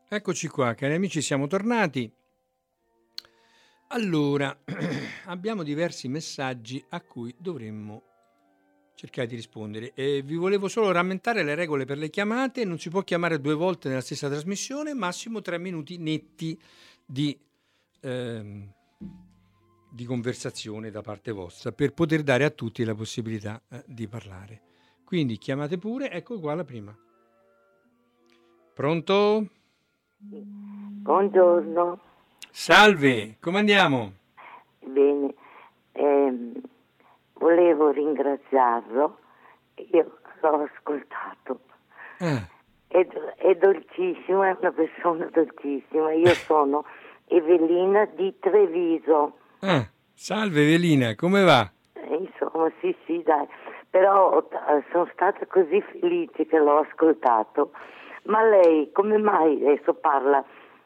Eccoci qua, cari amici, siamo tornati. Allora, abbiamo diversi messaggi a cui dovremmo cercare di rispondere. Vi volevo solo rammentare le regole per le chiamate: non si può chiamare 2 volte nella stessa trasmissione, massimo 3 minuti netti di conversazione da parte vostra, per poter dare a tutti la possibilità di parlare. Quindi chiamate pure. Ecco qua la prima. Pronto? Buongiorno. Salve, come andiamo? Bene, volevo ringraziarlo, io l'ho ascoltato, è dolcissimo, è una persona dolcissima. Io sono Evelina di Treviso. Salve Evelina, come va? Insomma, sì, dai, però sono stata così felice che l'ho ascoltato. Ma lei come mai adesso parla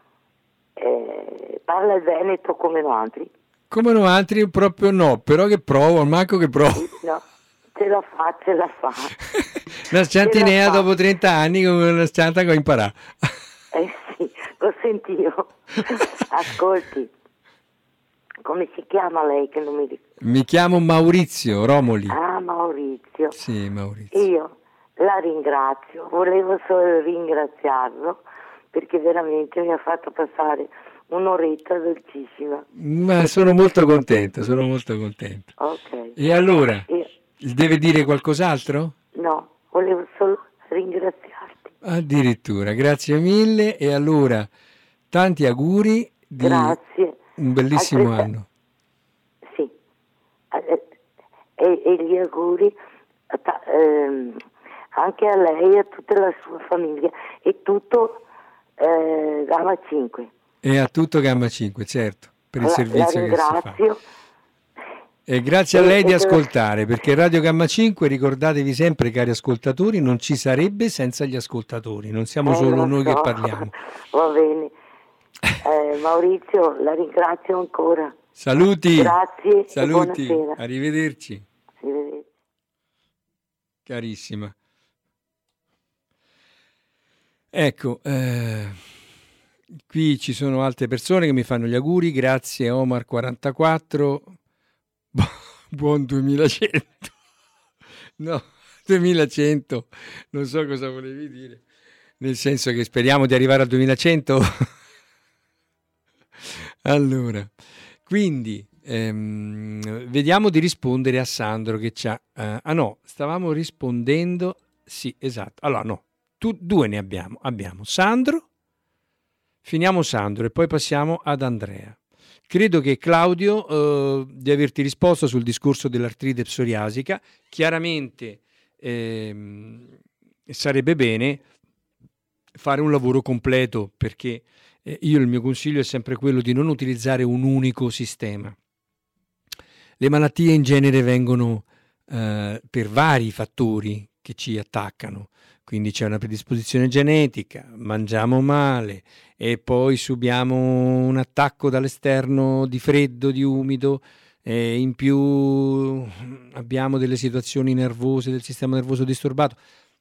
il Veneto come noi altri? Come no altri proprio no, però che provo, manco che provo. No, ce la fa. Una sciantinea dopo 30 anni come una scianta che ho imparato. Sì, lo sentivo. Ascolti, come si chiama lei che non mi ricordo? Mi chiamo Maurizio Romoli. Ah, Maurizio. Sì, Maurizio. Io la ringrazio, volevo solo ringraziarlo perché veramente mi ha fatto passare un'oretta dolcissima. Ma sono molto contento. Ok. E allora, deve dire qualcos'altro? No, volevo solo ringraziarti. Addirittura, grazie mille. E allora, tanti auguri di Grazie. un bellissimo anno. Sì, e gli auguri anche a lei e a tutta la sua famiglia e tutto Gamma 5. E a tutto Gamma 5, certo, per il servizio che si fa. E grazie a lei di ascoltare, perché Radio Gamma 5, ricordatevi sempre, cari ascoltatori, non ci sarebbe senza gli ascoltatori, non siamo solo noi che parliamo. Va bene. Maurizio, la ringrazio ancora. Saluti. Grazie. Saluti. E buonasera. Arrivederci. Carissima. Ecco, qui ci sono altre persone che mi fanno gli auguri. Grazie Omar44. Buon 2100. No, 2100. Non so cosa volevi dire. Nel senso che speriamo di arrivare al 2100. Allora, quindi vediamo di rispondere a Sandro che c'ha. Stavamo rispondendo. Sì, esatto. Allora, no, due ne abbiamo. Abbiamo Sandro, finiamo Sandro e poi passiamo ad Andrea. Credo che Claudio di averti risposto sul discorso dell'artrite psoriasica. Chiaramente sarebbe bene fare un lavoro completo, perché io il mio consiglio è sempre quello di non utilizzare un unico sistema. Le malattie in genere vengono per vari fattori che ci attaccano, quindi c'è una predisposizione genetica, mangiamo male e poi subiamo un attacco dall'esterno di freddo, di umido, e in più abbiamo delle situazioni nervose del sistema nervoso disturbato.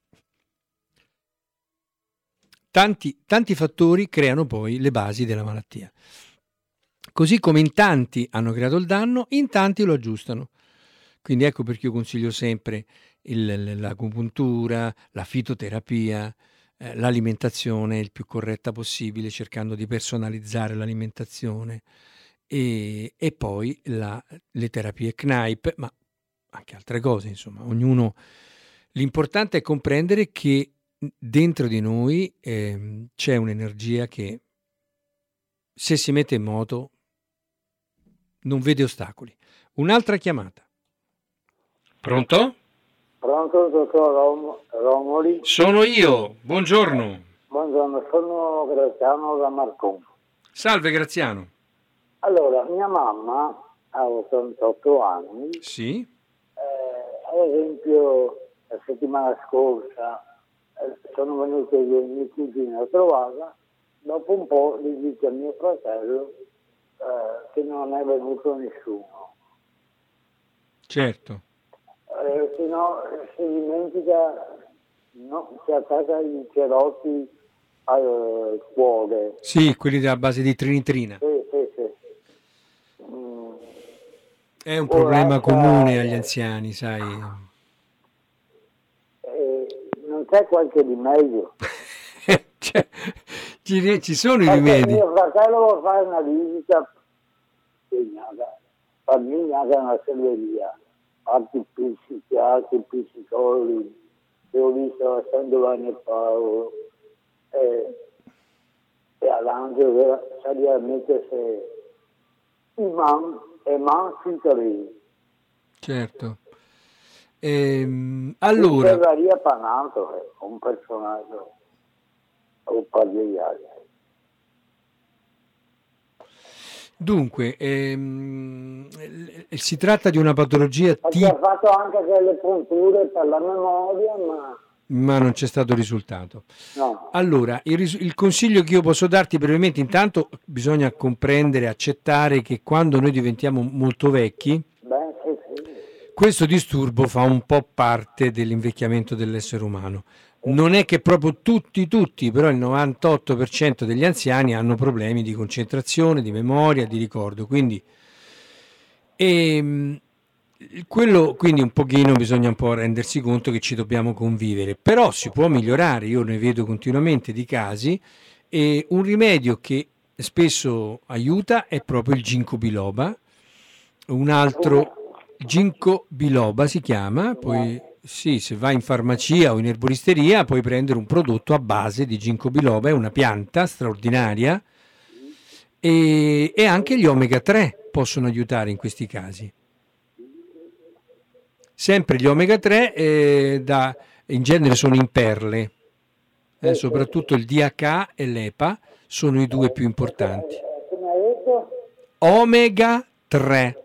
Tanti fattori creano poi le basi della malattia. Così come in tanti hanno creato il danno, in tanti lo aggiustano. Quindi ecco perché io consiglio sempre l'acupuntura, la fitoterapia, l'alimentazione il più corretta possibile, cercando di personalizzare l'alimentazione e poi le terapie CNAIP, ma anche altre cose, insomma. L'importante è comprendere che dentro di noi c'è un'energia che, se si mette in moto, non vede ostacoli. Un'altra chiamata. Pronto? Pronto, dottor Romoli? Sono io, buongiorno. Buongiorno, sono Graziano da Marcon. Salve Graziano. Allora, mia mamma ha 88 anni. Sì. Ad esempio, la settimana scorsa sono venute le mie cugine a trovarla. Dopo un po' gli dice a mio fratello che non è venuto nessuno. Certo. Se no si dimentica, no, si attacca i cerotti cuore. Sì, quelli della base di trinitrina. Sì. È un problema comune agli anziani, sai. Non c'è qualche rimedio? Cioè, ci sono i Perché rimedi. mio fratello vuole fare una visita famiglia che è una selveria, altri pizzicatori, che ho visto a San Giovanni e Paolo, e all'angelo seriamente se i man si capisce. Certo. Allora, Maria Panato è un personaggio un po' degli altri. dunque, si tratta di una patologia Perché ha fatto anche delle punture per la memoria, ma non c'è stato risultato. no. Allora, il consiglio che io posso darti brevemente, intanto bisogna comprendere, accettare che quando noi diventiamo molto vecchi, Sì. questo disturbo fa un po' parte dell'invecchiamento dell'essere umano. Non è che proprio tutti, però il 98% degli anziani hanno problemi di concentrazione, di memoria, di ricordo. Quindi, quindi un pochino bisogna un po' rendersi conto che ci dobbiamo convivere. Però si può migliorare, io ne vedo continuamente di casi, e un rimedio che spesso aiuta è proprio il ginkgo biloba. Un altro ginkgo biloba si chiama, poi sì, se vai in farmacia o in erboristeria puoi prendere un prodotto a base di ginkgo biloba, è una pianta straordinaria, e anche gli omega 3 possono aiutare in questi casi. Sempre gli omega 3 in genere sono in perle, soprattutto il DHA e l'EPA sono i due più importanti. Come hai detto? Omega 3.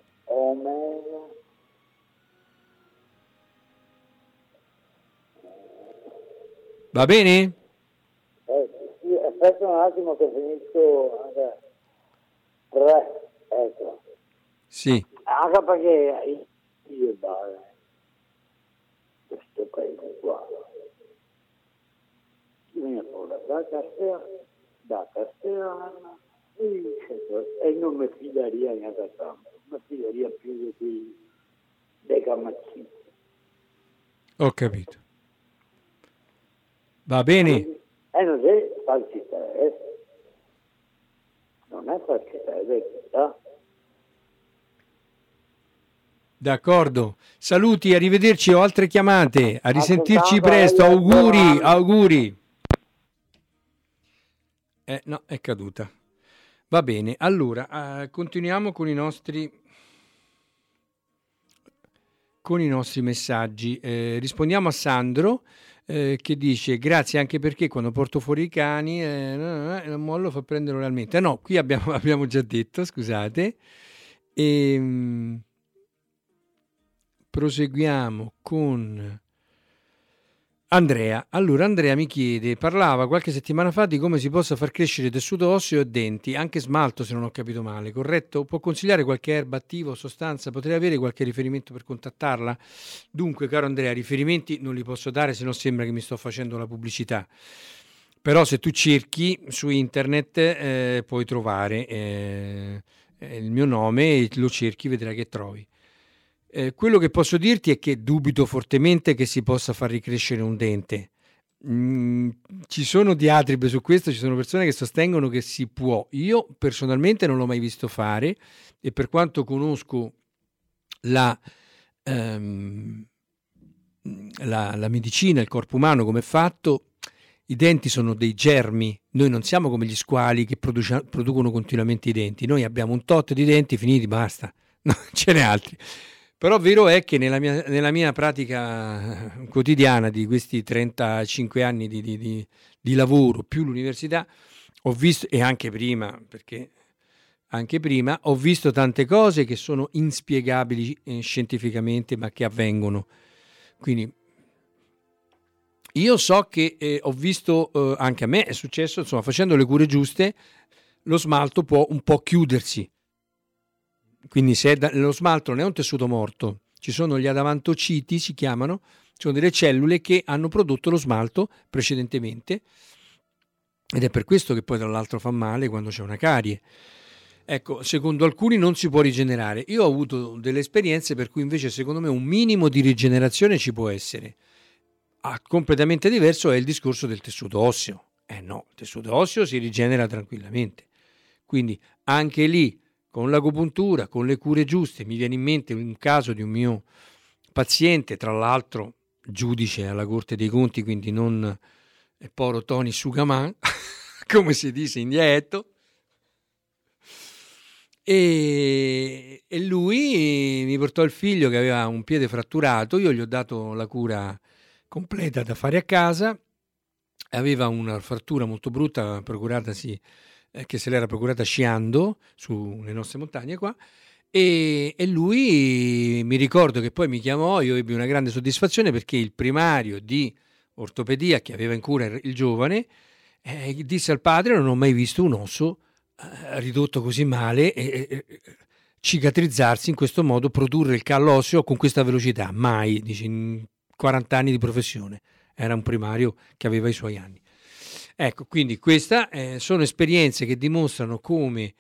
Va bene? Sì, aspetta un attimo che finisco anche 3, ecco. Sì. Anche perché io questo paese qua viene fuori da Castellana e non mi fidaria neanche tanto, mi fidaria più dei Camaccini. Ho capito. Va bene? Non è falsità, non è falsità, è verità. D'accordo. Saluti, arrivederci, ho altre chiamate. A risentirci Altrettanto, presto. Auguri, Giovanni. auguri. No, è caduta. Va bene. Allora, continuiamo con i nostri messaggi. Rispondiamo a Sandro che dice grazie anche perché quando porto fuori i cani il mollo fa prendere oralmente. No, qui abbiamo già detto, scusate. Proseguiamo con Andrea. Allora, Andrea mi chiede, parlava qualche settimana fa di come si possa far crescere tessuto osseo e denti, anche smalto se non ho capito male, corretto? Può consigliare qualche erba attiva o sostanza? Potrei avere qualche riferimento per contattarla? Dunque, caro Andrea, riferimenti non li posso dare, se no sembra che mi sto facendo la pubblicità. Però se tu cerchi su internet puoi trovare il mio nome e lo cerchi, vedrai che trovi. Quello che posso dirti è che dubito fortemente che si possa far ricrescere un dente. Ci sono diatribe su questo, ci sono persone che sostengono che si può. Io personalmente non l'ho mai visto fare e per quanto conosco la medicina, il corpo umano come è fatto, i denti sono dei germi. Noi non siamo come gli squali che producono continuamente i denti. Noi abbiamo un tot di denti finiti, basta, non ce n'è altri. Però vero è che nella mia pratica quotidiana di questi 35 anni di lavoro più l'università ho visto, e anche prima, perché anche prima ho visto tante cose che sono inspiegabili scientificamente, ma che avvengono. Quindi io so che ho visto, anche a me è successo, insomma, facendo le cure giuste, lo smalto può un po' chiudersi. Quindi se lo smalto non è un tessuto morto, ci sono gli adamantociti, si chiamano, sono delle cellule che hanno prodotto lo smalto precedentemente ed è per questo che poi tra l'altro fa male quando c'è una carie. Ecco, secondo alcuni non si può rigenerare. Io ho avuto delle esperienze per cui invece secondo me un minimo di rigenerazione ci può essere. Completamente diverso è il discorso del tessuto osseo. No, il tessuto osseo si rigenera tranquillamente. Quindi anche lì, con l'agopuntura, con le cure giuste, mi viene in mente un caso di un mio paziente, tra l'altro giudice alla Corte dei Conti, quindi non Poro Tony Sugaman, come si dice in dialetto, e lui mi portò il figlio che aveva un piede fratturato, io gli ho dato la cura completa da fare a casa, aveva una frattura molto brutta procuratasi, che se l'era procurata sciando sulle nostre montagne qua, e lui, mi ricordo che poi mi chiamò, io ebbi una grande soddisfazione perché il primario di ortopedia che aveva in cura il giovane disse al padre: non ho mai visto un osso ridotto così male e cicatrizzarsi in questo modo, produrre il callo osseo con questa velocità, mai, dice, in 40 anni di professione. Era un primario che aveva i suoi anni. Ecco, quindi queste sono esperienze che dimostrano come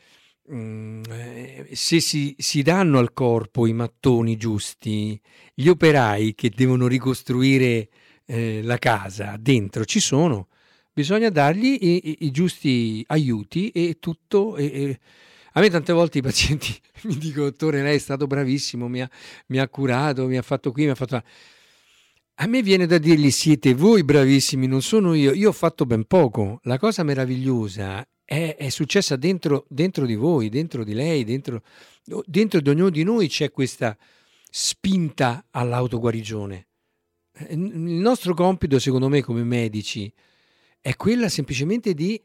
se si danno al corpo i mattoni giusti, gli operai che devono ricostruire la casa dentro ci sono, bisogna dargli i giusti aiuti e tutto. A me tante volte i pazienti mi dicono: dottore, lei è stato bravissimo, mi ha curato, mi ha fatto qui, mi ha fatto là. A me viene da dirgli: siete voi bravissimi, non sono io ho fatto ben poco. La cosa meravigliosa è successa dentro di voi, dentro di lei, dentro di ognuno di noi c'è questa spinta all'autoguarigione. Il nostro compito, secondo me, come medici, è quella semplicemente di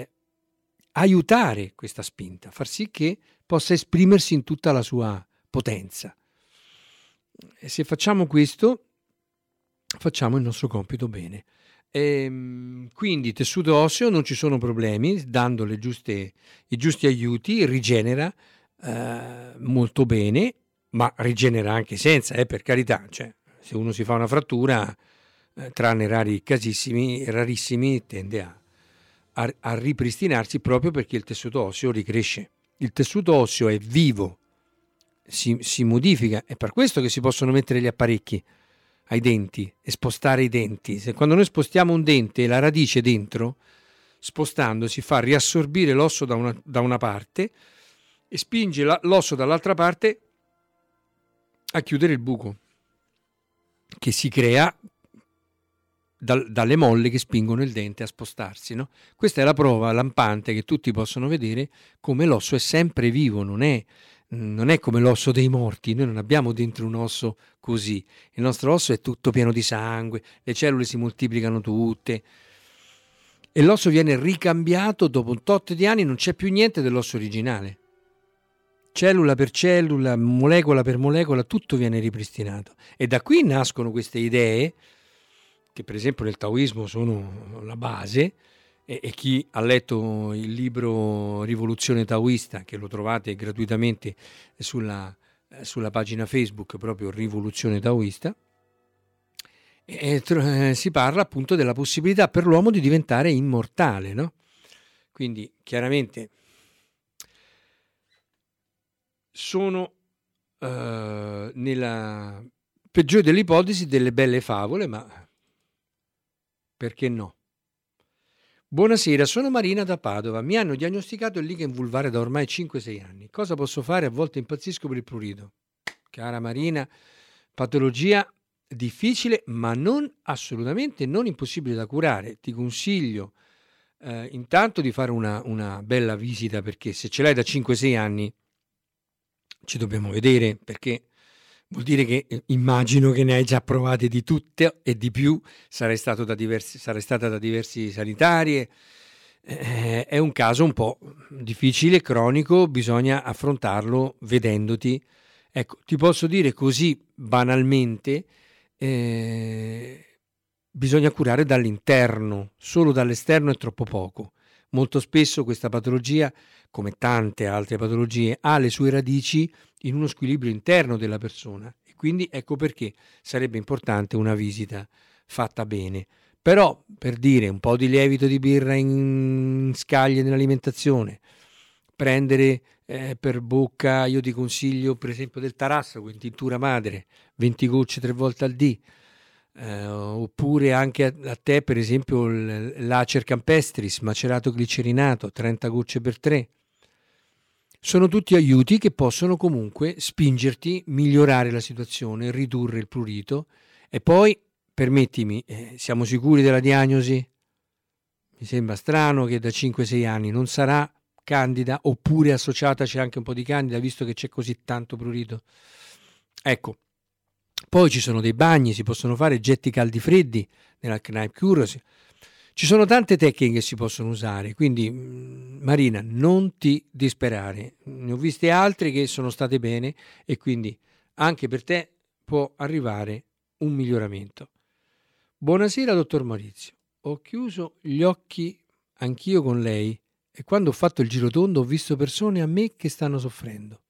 aiutare questa spinta, far sì che possa esprimersi in tutta la sua potenza. E se facciamo questo, facciamo il nostro compito bene. Quindi tessuto osseo non ci sono problemi, dando i giusti aiuti rigenera molto bene, ma rigenera anche senza, per carità, cioè se uno si fa una frattura, tranne rari casissimi, rarissimi, tende a ripristinarsi proprio perché il tessuto osseo ricresce. Il tessuto osseo è vivo, si modifica, è per questo che si possono mettere gli apparecchi ai denti e spostare i denti. Quando noi spostiamo un dente, la radice dentro, spostando, si fa riassorbire l'osso da una parte e spinge l'osso dall'altra parte a chiudere il buco che si crea dalle molle che spingono il dente a spostarsi, no? Questa è la prova lampante che tutti possono vedere come l'osso è sempre vivo, non è come l'osso dei morti. Noi non abbiamo dentro un osso così, il nostro osso è tutto pieno di sangue, le cellule si moltiplicano tutte e l'osso viene ricambiato dopo un tot di anni, non c'è più niente dell'osso originale, cellula per cellula, molecola per molecola, tutto viene ripristinato. E da qui nascono queste idee che per esempio nel taoismo sono la base, e chi ha letto il libro Rivoluzione Taoista, che lo trovate gratuitamente sulla pagina Facebook, proprio Rivoluzione Taoista, si parla appunto della possibilità per l'uomo di diventare immortale, no? Quindi chiaramente sono nella peggiore delle ipotesi delle belle favole, ma perché no? Buonasera, sono Marina da Padova. Mi hanno diagnosticato il lichen vulvare da ormai 5-6 anni. Cosa posso fare? A volte impazzisco per il prurito. Cara Marina, patologia difficile, ma assolutamente non impossibile da curare. Ti consiglio intanto di fare una bella visita, perché se ce l'hai da 5-6 anni ci dobbiamo vedere, perché vuol dire che immagino che ne hai già provate di tutte e di più, sarai stata da diversi sanitari. È un caso un po' difficile, cronico, bisogna affrontarlo vedendoti. Ecco, ti posso dire così banalmente, bisogna curare dall'interno, solo dall'esterno è troppo poco. Molto spesso questa patologia, come tante altre patologie, ha le sue radici in uno squilibrio interno della persona, e quindi ecco perché sarebbe importante una visita fatta bene. Però, per dire, un po' di lievito di birra in scaglie nell'alimentazione, prendere per bocca, io ti consiglio per esempio del Tarassaco in tintura madre, 20 gocce 3 volte al dì, oppure anche a te per esempio l'Acer campestris macerato glicerinato 30 gocce per 3. Sono tutti aiuti che possono comunque spingerti, migliorare la situazione, ridurre il prurito. E poi, permettimi, siamo sicuri della diagnosi? Mi sembra strano che da 5-6 anni non sarà candida, oppure associata c'è anche un po' di candida, visto che c'è così tanto prurito. Ecco, poi ci sono dei bagni, si possono fare getti caldi freddi nella Kneipp Cure. Ci sono tante tecniche che si possono usare, quindi Marina, non ti disperare. Ne ho viste altre che sono state bene e quindi anche per te può arrivare un miglioramento. Buonasera, dottor Maurizio. Ho chiuso gli occhi anch'io con lei e quando ho fatto il girotondo ho visto persone a me che stanno soffrendo.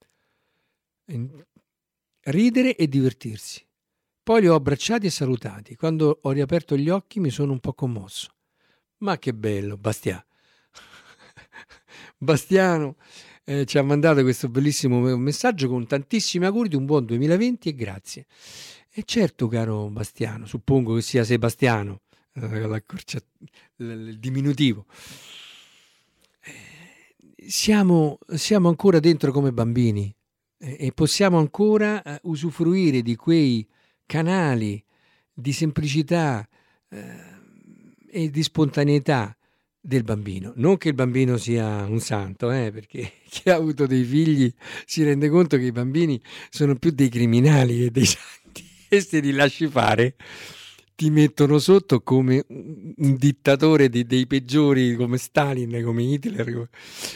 Ridere e divertirsi. Poi li ho abbracciati e salutati. Quando ho riaperto gli occhi mi sono un po' commosso. Ma che bello, Bastiano ci ha mandato questo bellissimo messaggio con tantissimi auguri di un buon 2020 e grazie. E certo, caro Bastiano, suppongo che sia Sebastiano, il diminutivo. Siamo ancora dentro come bambini e possiamo ancora usufruire di quei canali di semplicità e di spontaneità del bambino. Non che il bambino sia un santo, perché chi ha avuto dei figli si rende conto che i bambini sono più dei criminali che dei santi e se li lasci fare ti mettono sotto come un dittatore dei peggiori, come Stalin, come Hitler.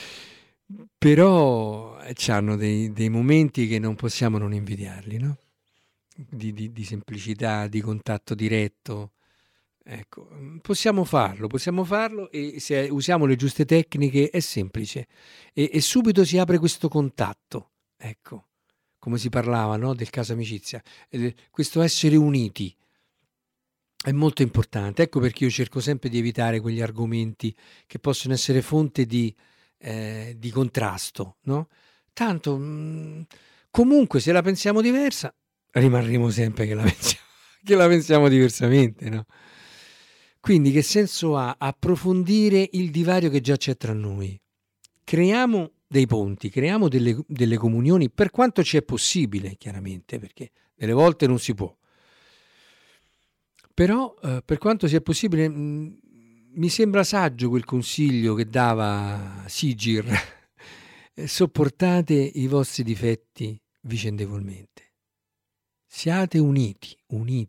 Però hanno dei momenti che non possiamo non invidiarli, no? Di semplicità, di contatto diretto. Ecco, possiamo farlo e se usiamo le giuste tecniche è semplice e subito si apre questo contatto, ecco, come si parlava, no? Del caso amicizia, questo essere uniti è molto importante. Ecco perché io cerco sempre di evitare quegli argomenti che possono essere fonte di contrasto, no? Tanto comunque se la pensiamo diversa rimarremo sempre che la pensiamo diversamente, no? Quindi che senso ha approfondire il divario che già c'è tra noi? Creiamo dei ponti, creiamo delle comunioni per quanto ci è possibile, chiaramente, perché delle volte non si può. Però per quanto sia possibile mi sembra saggio quel consiglio che dava Sigir: sopportate i vostri difetti vicendevolmente. Siate uniti.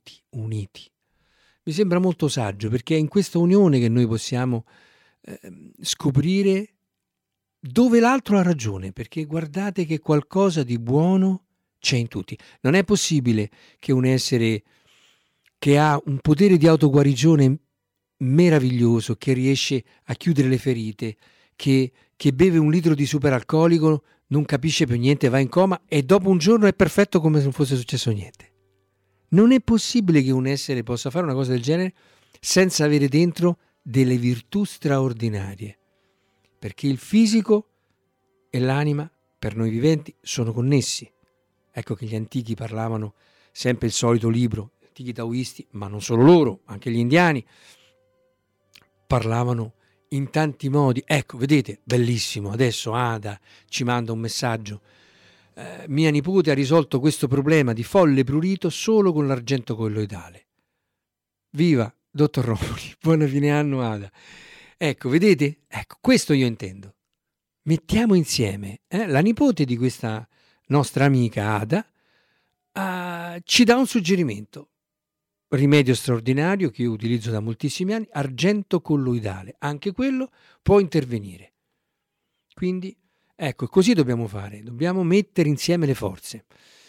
Mi sembra molto saggio perché è in questa unione che noi possiamo scoprire dove l'altro ha ragione, perché guardate che qualcosa di buono c'è in tutti. Non è possibile che un essere che ha un potere di autoguarigione meraviglioso, che riesce a chiudere le ferite, che beve 1 litro di superalcolico, non capisce più niente, va in coma e dopo un giorno è perfetto come se non fosse successo niente. Non è possibile che un essere possa fare una cosa del genere senza avere dentro delle virtù straordinarie, perché il fisico e l'anima per noi viventi sono connessi. Ecco che gli antichi parlavano sempre il solito libro, gli antichi taoisti, ma non solo loro, anche gli indiani parlavano in tanti modi. Ecco, vedete, bellissimo, adesso Ada ci manda un messaggio. Mia nipote ha risolto questo problema di folle prurito solo con l'argento colloidale. Viva, dottor Romoli, buon fine anno Ada. Ecco, vedete? Ecco, questo io intendo. Mettiamo insieme la nipote di questa nostra amica Ada ci dà un suggerimento. Rimedio straordinario che io utilizzo da moltissimi anni, argento colloidale, anche quello può intervenire. Quindi ecco, così dobbiamo fare, dobbiamo mettere insieme le forze.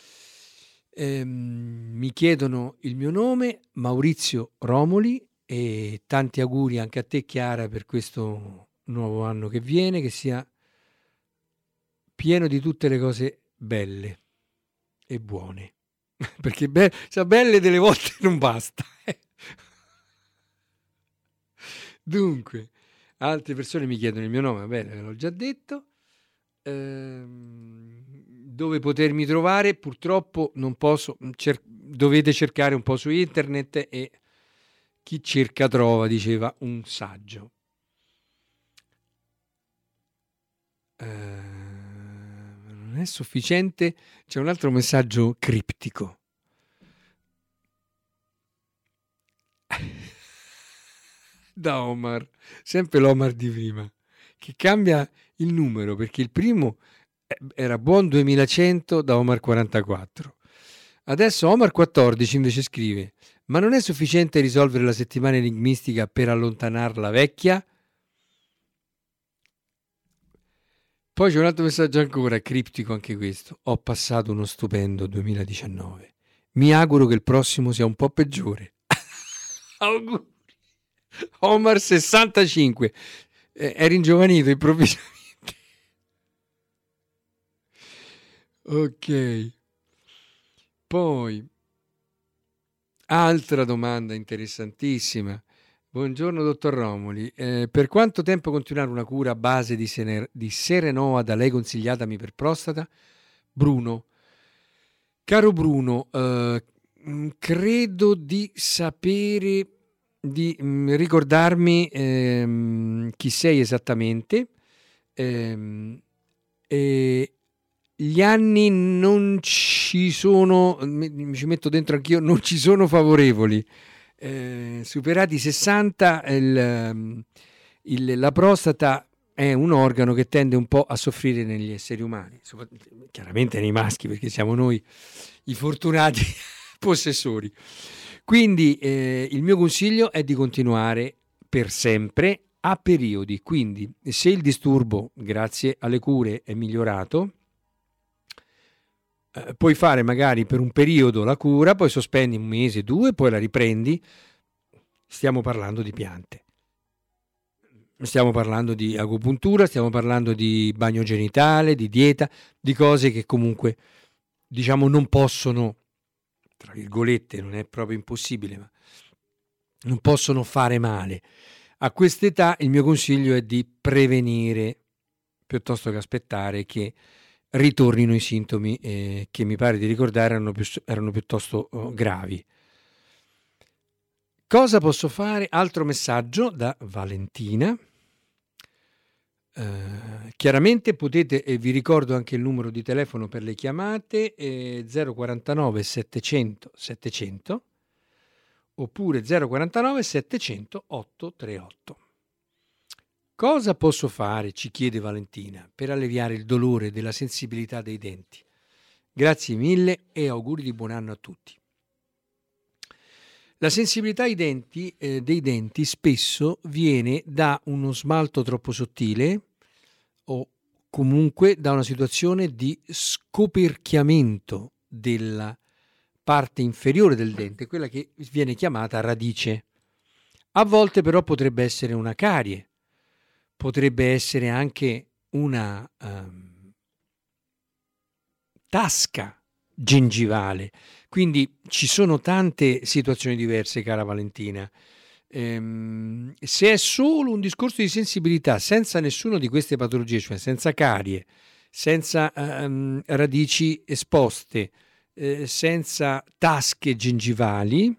Mi chiedono il mio nome, Maurizio Romoli, e tanti auguri anche a te Chiara per questo nuovo anno che viene, che sia pieno di tutte le cose belle e buone, perché belle delle volte non basta. Dunque, altre persone mi chiedono il mio nome, vabbè, l'ho già detto. Dove potermi trovare? Purtroppo non posso, dovete cercare un po' su internet e chi cerca trova, diceva un saggio. Non è sufficiente, c'è un altro messaggio criptico. Da Omar, sempre l'Omar di prima, che cambia il numero perché il primo era buon 2100 da Omar 44. Adesso Omar 14 invece scrive: ma non è sufficiente risolvere la settimana enigmistica per allontanarla vecchia? Poi c'è un altro messaggio ancora, criptico anche questo. Ho passato uno stupendo 2019. Mi auguro che il prossimo sia un po' peggiore. Auguri. Omar 65. È ringiovanito improvvisamente. Ok. Poi, altra domanda interessantissima. Buongiorno dottor Romoli, per quanto tempo continuare una cura a base di Serenova da lei consigliatami per prostata? Bruno. Caro Bruno, credo di sapere, di ricordarmi chi sei esattamente. Gli anni non ci sono, mi ci metto dentro anch'io, non ci sono favorevoli. Superati i 60 la prostata è un organo che tende un po' a soffrire negli esseri umani, chiaramente nei maschi perché siamo noi i fortunati possessori. Quindi il mio consiglio è di continuare per sempre a periodi, quindi se il disturbo grazie alle cure è migliorato, puoi fare magari per un periodo la cura, poi sospendi un mese, 2, poi la riprendi. Stiamo parlando di piante, stiamo parlando di agopuntura, stiamo parlando di bagno genitale, di dieta, di cose che comunque diciamo non possono, tra virgolette, non è proprio impossibile, ma non possono fare male. A quest'età il mio consiglio è di prevenire piuttosto che aspettare che ritornino i sintomi che mi pare di ricordare erano piuttosto gravi. Cosa posso fare? Altro messaggio da Valentina. Chiaramente potete, vi ricordo anche il numero di telefono per le chiamate, 049 700 700 oppure 049 700 838. Cosa posso fare, ci chiede Valentina, per alleviare il dolore della sensibilità dei denti? Grazie mille e auguri di buon anno a tutti. La sensibilità dei denti spesso viene da uno smalto troppo sottile o comunque da una situazione di scoperchiamento della parte inferiore del dente, quella che viene chiamata radice. A volte però potrebbe essere una carie. Potrebbe essere anche una tasca gengivale. Quindi ci sono tante situazioni diverse, cara Valentina. Se è solo un discorso di sensibilità, senza nessuna di queste patologie, cioè senza carie, senza radici esposte, senza tasche gengivali,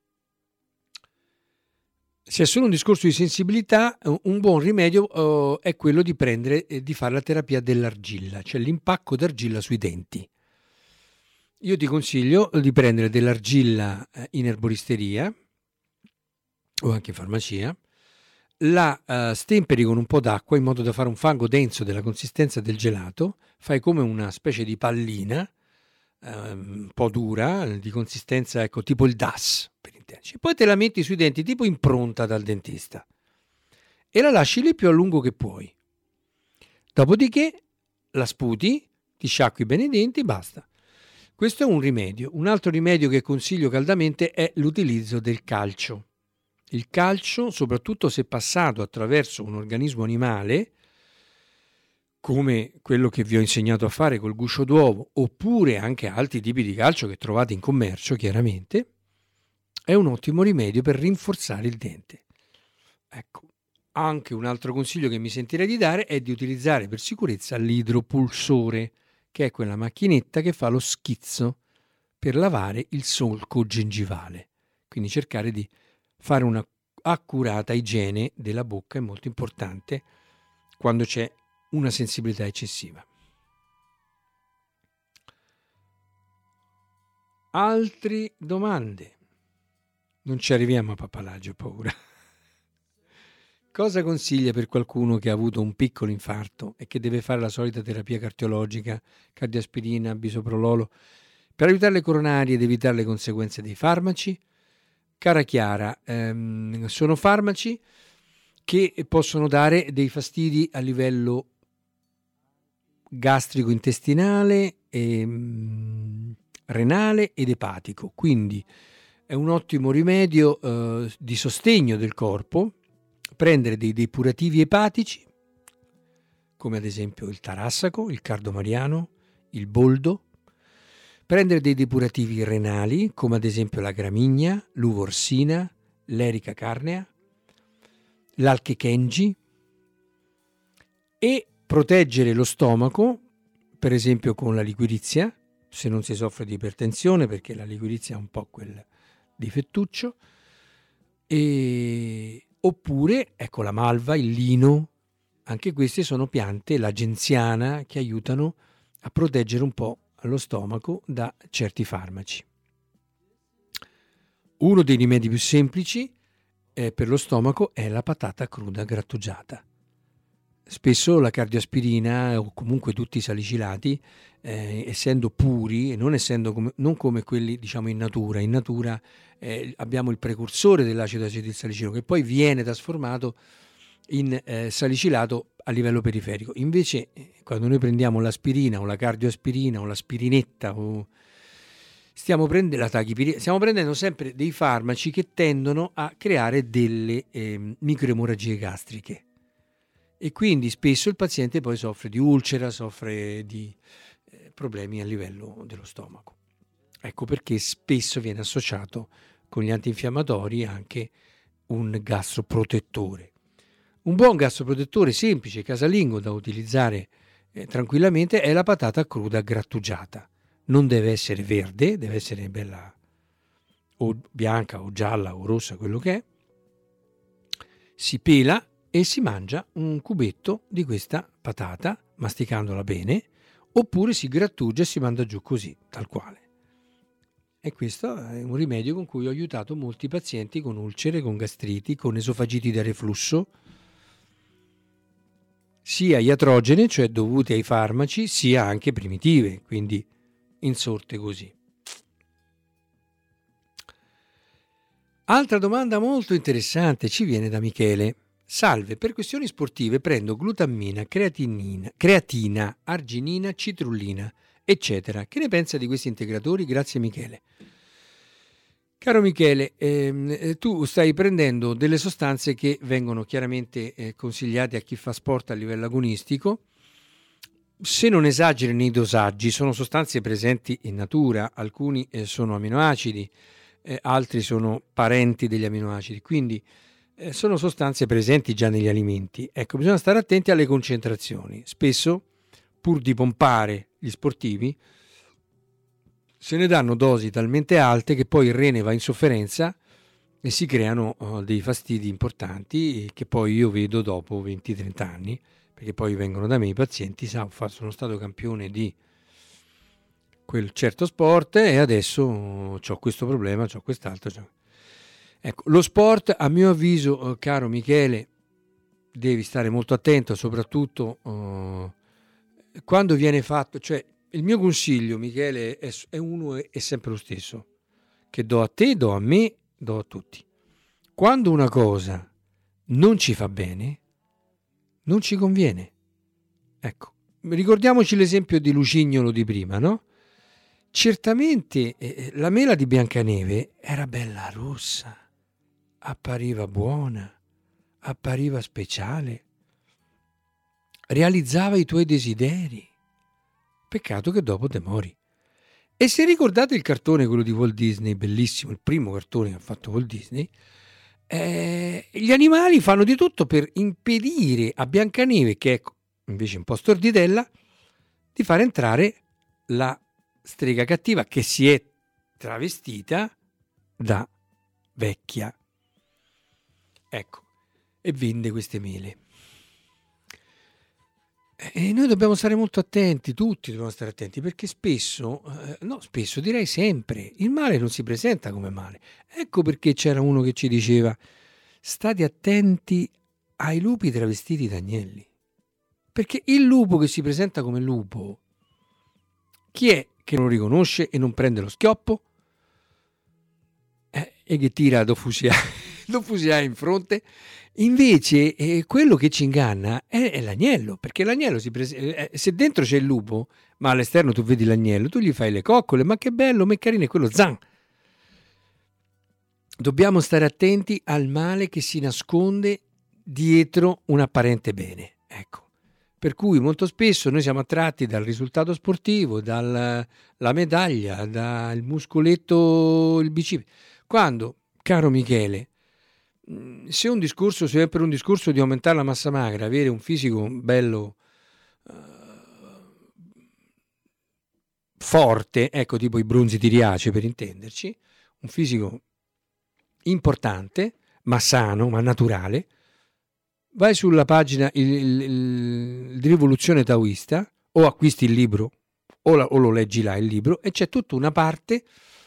se è solo un discorso di sensibilità, un buon rimedio è quello di di fare la terapia dell'argilla, cioè l'impacco d'argilla sui denti. Io ti consiglio di prendere dell'argilla in erboristeria o anche in farmacia, la stemperi con un po' d'acqua in modo da fare un fango denso della consistenza del gelato, fai come una specie di pallina un po' dura, di consistenza ecco tipo il DAS per intenderci. Poi te la metti sui denti tipo impronta dal dentista e la lasci lì più a lungo che puoi. Dopodiché la sputi, ti sciacqui bene i denti, basta. Questo è un rimedio. Un altro rimedio che consiglio caldamente è l'utilizzo del calcio. Il calcio, soprattutto se passato attraverso un organismo animale, come quello che vi ho insegnato a fare col guscio d'uovo, oppure anche altri tipi di calcio che trovate in commercio, chiaramente, è un ottimo rimedio per rinforzare il dente. Ecco, Anche un altro consiglio che mi sentirei di dare è di utilizzare per sicurezza l'idropulsore, che è quella macchinetta che fa lo schizzo per lavare il solco gengivale. Quindi cercare di fare una accurata igiene della bocca è molto importante quando c'è una sensibilità eccessiva. Altre domande? Non ci arriviamo a papalagio, ho paura. Cosa consiglia per qualcuno che ha avuto un piccolo infarto e che deve fare la solita terapia cardiologica, cardioaspirina, bisoprololo, per aiutare le coronarie ed evitare le conseguenze dei farmaci? Cara Chiara, sono farmaci che possono dare dei fastidi a livello gastrico-intestinale, renale ed epatico, quindi è un ottimo rimedio di sostegno del corpo prendere dei depurativi epatici come ad esempio il tarassaco, il cardomariano, il boldo, prendere dei depurativi renali come ad esempio la gramigna, l'uvorsina, l'erica carnea, l'alchechengi, e proteggere lo stomaco per esempio con la liquirizia, se non si soffre di ipertensione, perché la liquirizia è un po' quel difettuccio, oppure ecco la malva, il lino, anche queste sono piante, la genziana, che aiutano a proteggere un po' lo stomaco da certi farmaci. Uno dei rimedi più semplici per lo stomaco è la patata cruda grattugiata. Spesso la cardioaspirina o comunque tutti i salicilati, essendo puri e non come quelli diciamo in natura abbiamo il precursore dell'acido acetilsalicilico che poi viene trasformato in salicilato a livello periferico. Invece quando noi prendiamo l'aspirina o la cardioaspirina o l'aspirinetta o stiamo prendendo sempre dei farmaci che tendono a creare delle microemorragie gastriche. E quindi spesso il paziente poi soffre di ulcera, soffre di problemi a livello dello stomaco. Ecco perché spesso viene associato con gli antinfiammatori anche un gastroprotettore. Un buon gastroprotettore semplice, casalingo, da utilizzare tranquillamente è la patata cruda grattugiata. Non deve essere verde, deve essere bella o bianca o gialla o rossa, quello che è. Si pela e si mangia un cubetto di questa patata, masticandola bene, oppure si grattugia e si manda giù così, tal quale. E questo è un rimedio con cui ho aiutato molti pazienti con ulcere, con gastriti, con esofagiti da reflusso, sia iatrogene, cioè dovute ai farmaci, sia anche primitive, quindi insorte così. Altra domanda molto interessante ci viene da Michele. Salve, per questioni sportive prendo glutammina, creatina, arginina, citrullina, eccetera. Che ne pensa di questi integratori? Grazie Michele. Caro Michele, tu stai prendendo delle sostanze che vengono chiaramente consigliate a chi fa sport a livello agonistico. Se non esageri nei dosaggi, sono sostanze presenti in natura, alcuni sono aminoacidi, altri sono parenti degli aminoacidi, quindi sono sostanze presenti già negli alimenti. Ecco, bisogna stare attenti alle concentrazioni. Spesso, pur di pompare gli sportivi, se ne danno dosi talmente alte che poi il rene va in sofferenza e si creano dei fastidi importanti che poi io vedo dopo 20-30 anni, perché poi vengono da me i pazienti, sono stato campione di quel certo sport e adesso ho questo problema, ho quest'altro. Ecco, lo sport, a mio avviso, caro Michele, devi stare molto attento, soprattutto quando viene fatto, cioè il mio consiglio, Michele, è sempre lo stesso, che do a te, do a me, do a tutti. Quando una cosa non ci fa bene, non ci conviene. Ecco, ricordiamoci l'esempio di Lucignolo di prima, no? Certamente la mela di Biancaneve era bella rossa, appariva buona, appariva speciale, realizzava i tuoi desideri. Peccato che dopo te mori. E se ricordate il cartone, quello di Walt Disney, bellissimo, il primo cartone che ha fatto Walt Disney, Gli animali fanno di tutto per impedire a Biancaneve, che è invece un po' storditella, di far entrare la strega cattiva che si è travestita da vecchia. Ecco, e vende queste mele. E noi dobbiamo stare molto attenti, tutti dobbiamo stare attenti, perché spesso, spesso direi sempre, il male non si presenta come male. Ecco perché c'era uno che ci diceva: state attenti ai lupi travestiti da agnelli. Perché il lupo che si presenta come lupo, chi è che non lo riconosce e non prende lo schioppo? E che tira do fusia in fronte? Invece quello che ci inganna è l'agnello, perché l'agnello se dentro c'è il lupo, ma all'esterno tu vedi l'agnello, tu gli fai le coccole, ma che bello, ma carino, è quello zan. Dobbiamo stare attenti al male che si nasconde dietro un apparente bene, ecco. Per cui molto spesso noi siamo attratti dal risultato sportivo, dalla medaglia, dal muscoletto, il bicipite. Quando, caro Michele, se è per un discorso di aumentare la massa magra, avere un fisico bello forte, ecco, tipo i bronzi di Riace per intenderci, un fisico importante, ma sano, ma naturale, vai sulla pagina di Rivoluzione Taoista, o acquisti il libro o lo leggi là il libro, e c'è tutta una parte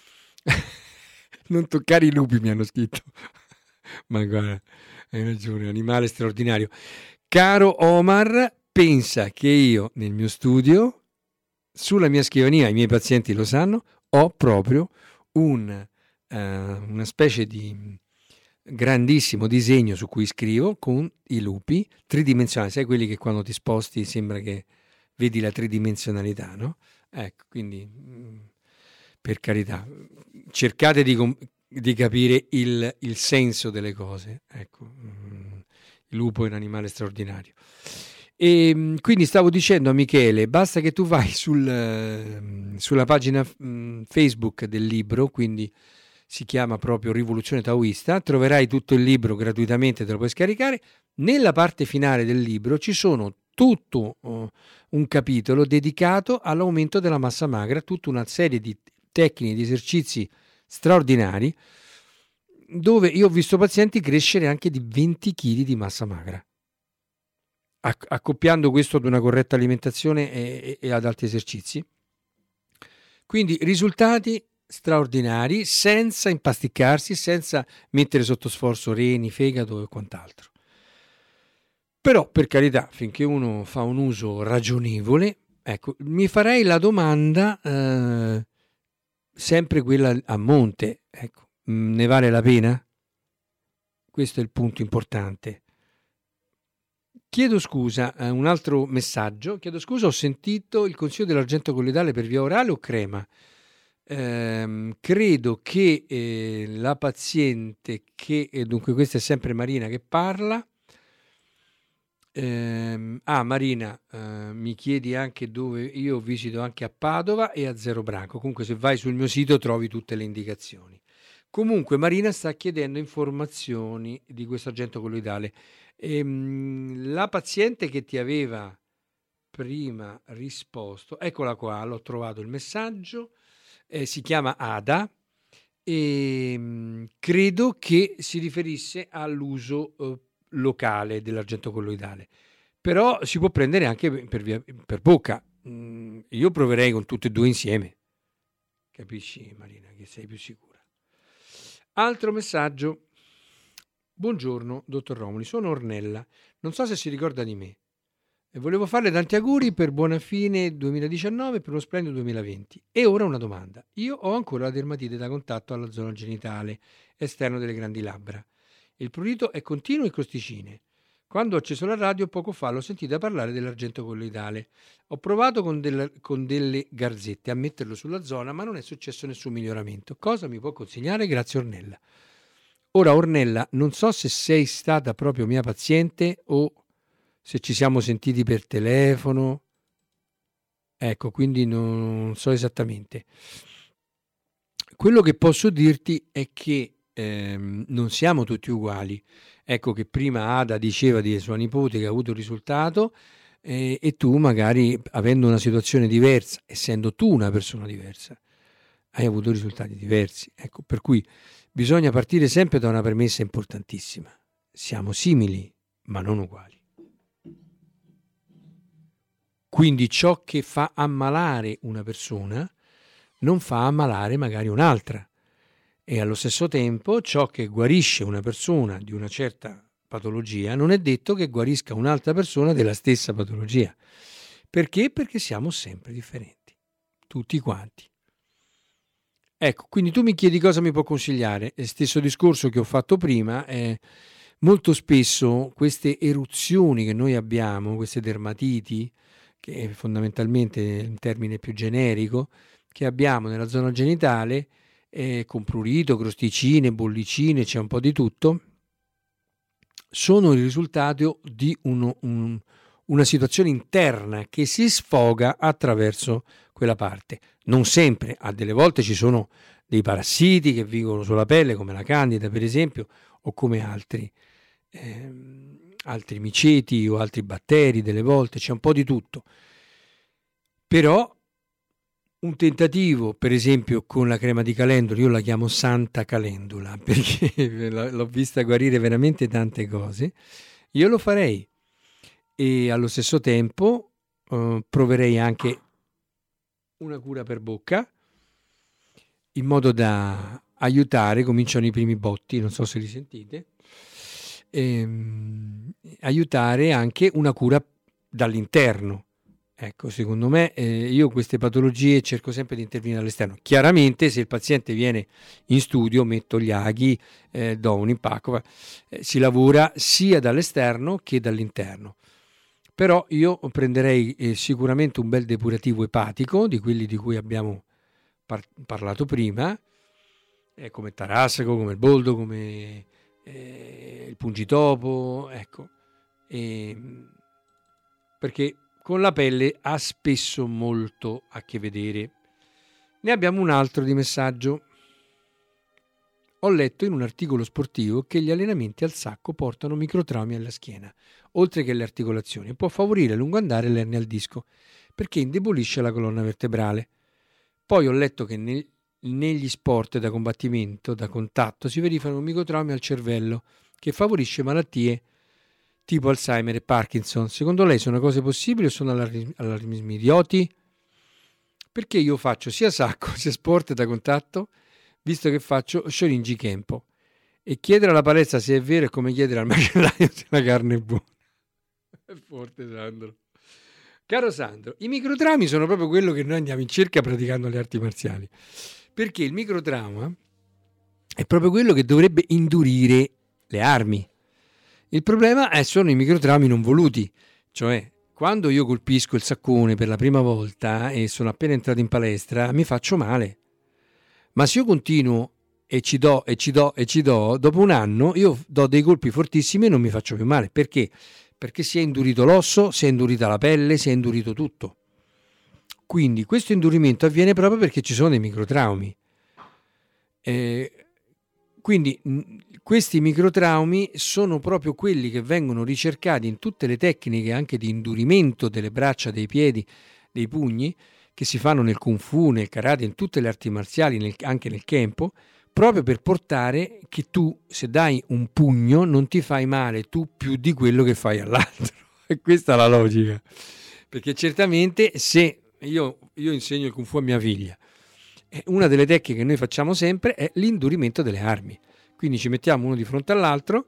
non toccare i lupi, mi hanno scritto. Ma guarda, hai ragione, animale straordinario. Caro Omar, pensa che io nel mio studio, sulla mia scrivania, i miei pazienti lo sanno, ho proprio una specie di grandissimo disegno su cui scrivo con i lupi tridimensionali. Sai quelli che quando ti sposti sembra che vedi la tridimensionalità, no? Ecco, quindi per carità, cercate di capire il senso delle cose. Ecco, il lupo è un animale straordinario. E quindi stavo dicendo a Michele, basta che tu vai sulla pagina Facebook del libro, quindi si chiama proprio Rivoluzione Taoista, troverai tutto il libro gratuitamente, te lo puoi scaricare. Nella parte finale del libro ci sono tutto un capitolo dedicato all'aumento della massa magra, tutta una serie di tecniche, di esercizi straordinari, dove io ho visto pazienti crescere anche di 20 kg di massa magra, accoppiando questo ad una corretta alimentazione e ad altri esercizi. Quindi risultati straordinari, senza impasticcarsi, senza mettere sotto sforzo reni, fegato e quant'altro. Però, per carità, finché uno fa un uso ragionevole, ecco, mi farei la domanda, sempre quella a monte, ecco, ne vale la pena? Questo è il punto importante. Chiedo scusa, un altro messaggio. Chiedo scusa, ho sentito il consiglio dell'argento colloidale per via orale o crema. Credo che la paziente dunque questa è sempre Marina che parla. Marina, mi chiedi anche dove io visito anche a Padova e a Zero Branco. Comunque se vai sul mio sito trovi tutte le indicazioni. Comunque Marina sta chiedendo informazioni di questo argento colloidale. La paziente che ti aveva prima risposto, eccola qua, l'ho trovato il messaggio. Si chiama Ada e credo che si riferisse all'uso locale dell'argento colloidale, però si può prendere anche per bocca. Io proverei con tutte e due insieme, capisci Marina, che sei più sicura. Altro messaggio. Buongiorno dottor Romoli, sono Ornella, non so se si ricorda di me. E volevo farle tanti auguri per buona fine 2019 e per uno splendido 2020. E ora una domanda. Io ho ancora la dermatite da contatto alla zona genitale esterno delle grandi labbra. Il prurito è continuo e crosticine. Quando ho acceso la radio poco fa l'ho sentita parlare dell'argento colloidale. Ho provato con delle garzette a metterlo sulla zona, ma non è successo nessun miglioramento. Cosa mi può consigliare? Grazie Ornella. Ora Ornella, non so se sei stata proprio mia paziente o se ci siamo sentiti per telefono, ecco, quindi non so esattamente. Quello che posso dirti è che non siamo tutti uguali. Ecco che prima Ada diceva di sua nipote che ha avuto un risultato, e tu magari, avendo una situazione diversa, essendo tu una persona diversa, hai avuto risultati diversi. Ecco, per cui bisogna partire sempre da una premessa importantissima: siamo simili ma non uguali. Quindi ciò che fa ammalare una persona non fa ammalare magari un'altra, e allo stesso tempo ciò che guarisce una persona di una certa patologia non è detto che guarisca un'altra persona della stessa patologia. Perché? Perché siamo sempre differenti, tutti quanti. Ecco, quindi tu mi chiedi cosa mi può consigliare. È stesso discorso che ho fatto prima. Molto spesso queste eruzioni che noi abbiamo, queste dermatiti, che è fondamentalmente il termine più generico, che abbiamo nella zona genitale, con prurito, crosticine, bollicine, c'è un po' di tutto, sono il risultato di una situazione interna che si sfoga attraverso quella parte. Non sempre, a delle volte ci sono dei parassiti che vivono sulla pelle, come la candida per esempio, o come altri miceti o altri batteri, delle volte c'è un po' di tutto. Però un tentativo, per esempio con la crema di calendula, io la chiamo Santa Calendula perché l'ho vista guarire veramente tante cose, io lo farei, e allo stesso tempo proverei anche una cura per bocca, in modo da aiutare, cominciano i primi botti, non so se li sentite, aiutare anche una cura dall'interno. Ecco, secondo me io queste patologie cerco sempre di intervenire all'esterno. Chiaramente se il paziente viene in studio metto gli aghi, do un impacco, si lavora sia dall'esterno che dall'interno. Però io prenderei sicuramente un bel depurativo epatico, di quelli di cui abbiamo parlato prima, come Tarassaco, come il Boldo, come il Pungitopo, ecco, perché con la pelle ha spesso molto a che vedere. Ne abbiamo un altro di messaggio. Ho letto in un articolo sportivo che gli allenamenti al sacco portano microtraumi alla schiena, oltre che alle articolazioni, e può favorire a lungo andare l'ernia al disco, perché indebolisce la colonna vertebrale. Poi ho letto che negli sport da combattimento, da contatto, si verificano microtraumi al cervello, che favorisce malattie tipo Alzheimer e Parkinson. Secondo lei sono cose possibili o sono allarmismi idioti? Perché io faccio sia sacco sia sport da contatto, visto che faccio Shorinji Kempo, e chiedere alla palestra se è vero è come chiedere al macellaio se la carne è buona. È forte, Sandro. Caro Sandro, i microtraumi sono proprio quello che noi andiamo in cerca praticando le arti marziali, perché il microtrauma è proprio quello che dovrebbe indurire le armi. Il problema sono i microtraumi non voluti, cioè quando io colpisco il saccone per la prima volta e sono appena entrato in palestra mi faccio male, ma se io continuo e ci do, dopo un anno io do dei colpi fortissimi e non mi faccio più male. Perché? Perché si è indurito l'osso, si è indurita la pelle, si è indurito tutto. Quindi questo indurimento avviene proprio perché ci sono dei microtraumi. Quindi questi microtraumi sono proprio quelli che vengono ricercati in tutte le tecniche anche di indurimento delle braccia, dei piedi, dei pugni, che si fanno nel Kung Fu, nel Karate, in tutte le arti marziali, anche nel Kempo, proprio per portare che tu, se dai un pugno, non ti fai male tu più di quello che fai all'altro. E questa è la logica. Perché certamente se io insegno il Kung Fu a mia figlia, una delle tecniche che noi facciamo sempre è l'indurimento delle armi. Quindi ci mettiamo uno di fronte all'altro,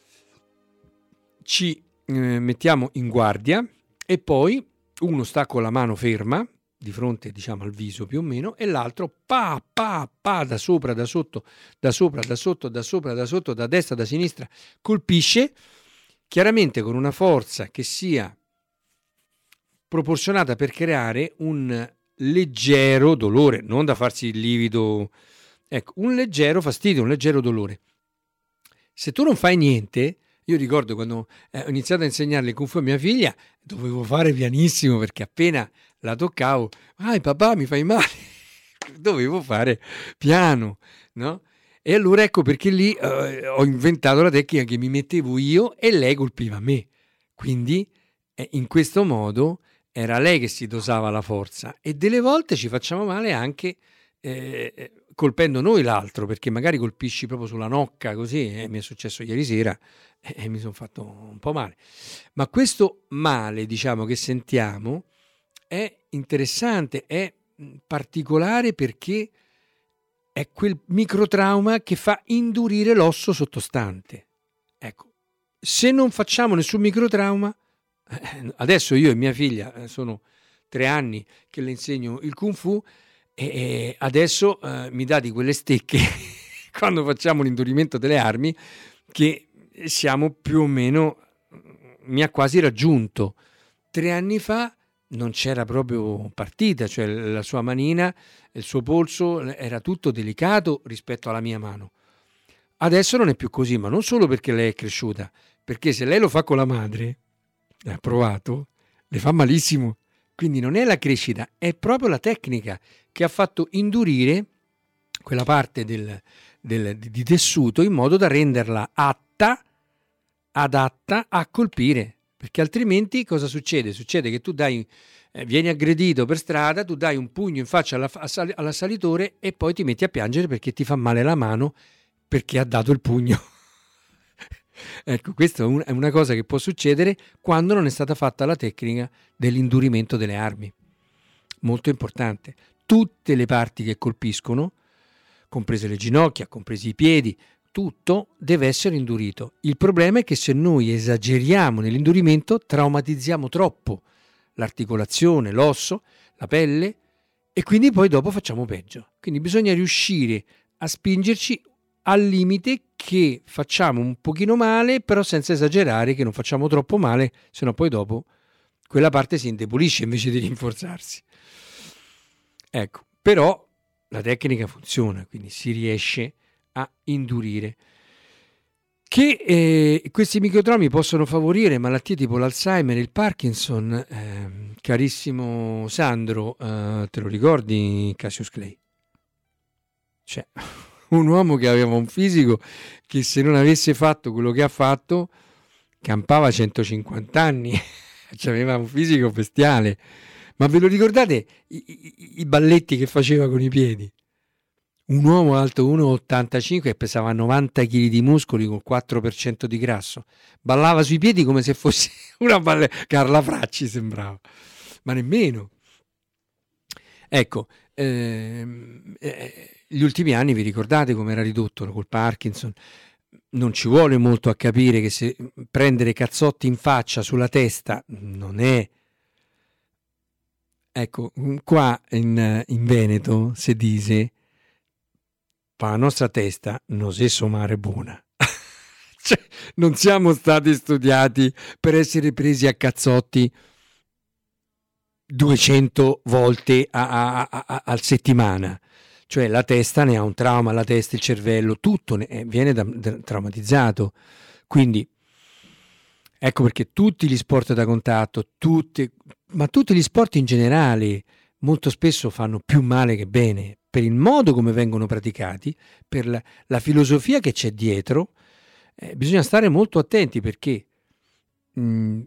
ci mettiamo in guardia e poi uno sta con la mano ferma di fronte, diciamo, al viso più o meno, e l'altro pa da sopra, da sotto, da sopra, da sotto, da sopra, da sotto, da destra, da sinistra, colpisce, chiaramente con una forza che sia proporzionata per creare un leggero dolore, non da farsi il livido, ecco, un leggero fastidio, un leggero dolore. Se tu non fai niente, io ricordo quando ho iniziato a insegnarle il Kung Fu a mia figlia, dovevo fare pianissimo perché appena la toccavo, papà mi fai male, dovevo fare piano, no? E allora ecco perché lì ho inventato la tecnica che mi mettevo io e lei colpiva me. Quindi in questo modo era lei che si dosava la forza, e delle volte ci facciamo male anche colpendo noi l'altro, perché magari colpisci proprio sulla nocca così, mi è successo ieri sera e mi sono fatto un po' male. Ma questo male, diciamo, che sentiamo è interessante, è particolare, perché è quel microtrauma che fa indurire l'osso sottostante. Ecco, se non facciamo nessun microtrauma, adesso io e mia figlia sono 3 anni che le insegno il Kung Fu, e adesso mi dà di quelle stecche quando facciamo l'indurimento delle armi, che siamo più o meno, mi ha quasi raggiunto. 3 anni fa non c'era proprio partita, cioè la sua manina, il suo polso era tutto delicato rispetto alla mia mano. Adesso non è più così, ma non solo perché lei è cresciuta, perché se lei lo fa con la madre, ha provato, le fa malissimo. Quindi non è la crescita, è proprio la tecnica che ha fatto indurire quella parte di tessuto in modo da renderla adatta a colpire. Perché altrimenti cosa succede? Succede che tu vieni aggredito per strada, tu dai un pugno in faccia all'assalitore e poi ti metti a piangere perché ti fa male la mano perché ha dato il pugno. Ecco, questa è una cosa che può succedere quando non è stata fatta la tecnica dell'indurimento delle armi. Molto importante. Tutte le parti che colpiscono, comprese le ginocchia, compresi i piedi, tutto deve essere indurito. Il problema è che se noi esageriamo nell'indurimento, traumatizziamo troppo l'articolazione, l'osso, la pelle, e quindi poi dopo facciamo peggio. Quindi bisogna riuscire a spingerci al limite che facciamo un pochino male, però senza esagerare, che non facciamo troppo male, sennò poi dopo quella parte si indebolisce invece di rinforzarsi. Ecco, però la tecnica funziona, quindi si riesce a indurire. Che questi microtraumi possono favorire malattie tipo l'Alzheimer e il Parkinson, carissimo Sandro, te lo ricordi Cassius Clay? Cioè, un uomo che aveva un fisico che se non avesse fatto quello che ha fatto campava 150 anni, cioè, aveva un fisico bestiale. Ma ve lo ricordate i balletti che faceva con i piedi? Un uomo alto 1,85 e pesava 90 kg di muscoli con 4% di grasso. Ballava sui piedi come se fosse una Carla Fracci sembrava, ma nemmeno. Ecco, gli ultimi anni vi ricordate come era ridotto col Parkinson? Non ci vuole molto a capire che se prendere cazzotti in faccia sulla testa non è... Ecco, qua in Veneto si dice pa la nostra testa non si somare buona. Cioè, non siamo stati studiati per essere presi a cazzotti 200 volte a settimana. Cioè la testa ne ha un trauma, la testa, il cervello, tutto viene traumatizzato. Quindi ecco perché tutti gli sport da contatto, ma tutti gli sport in generale molto spesso fanno più male che bene, per il modo come vengono praticati, per la filosofia che c'è dietro. Bisogna stare molto attenti perché fino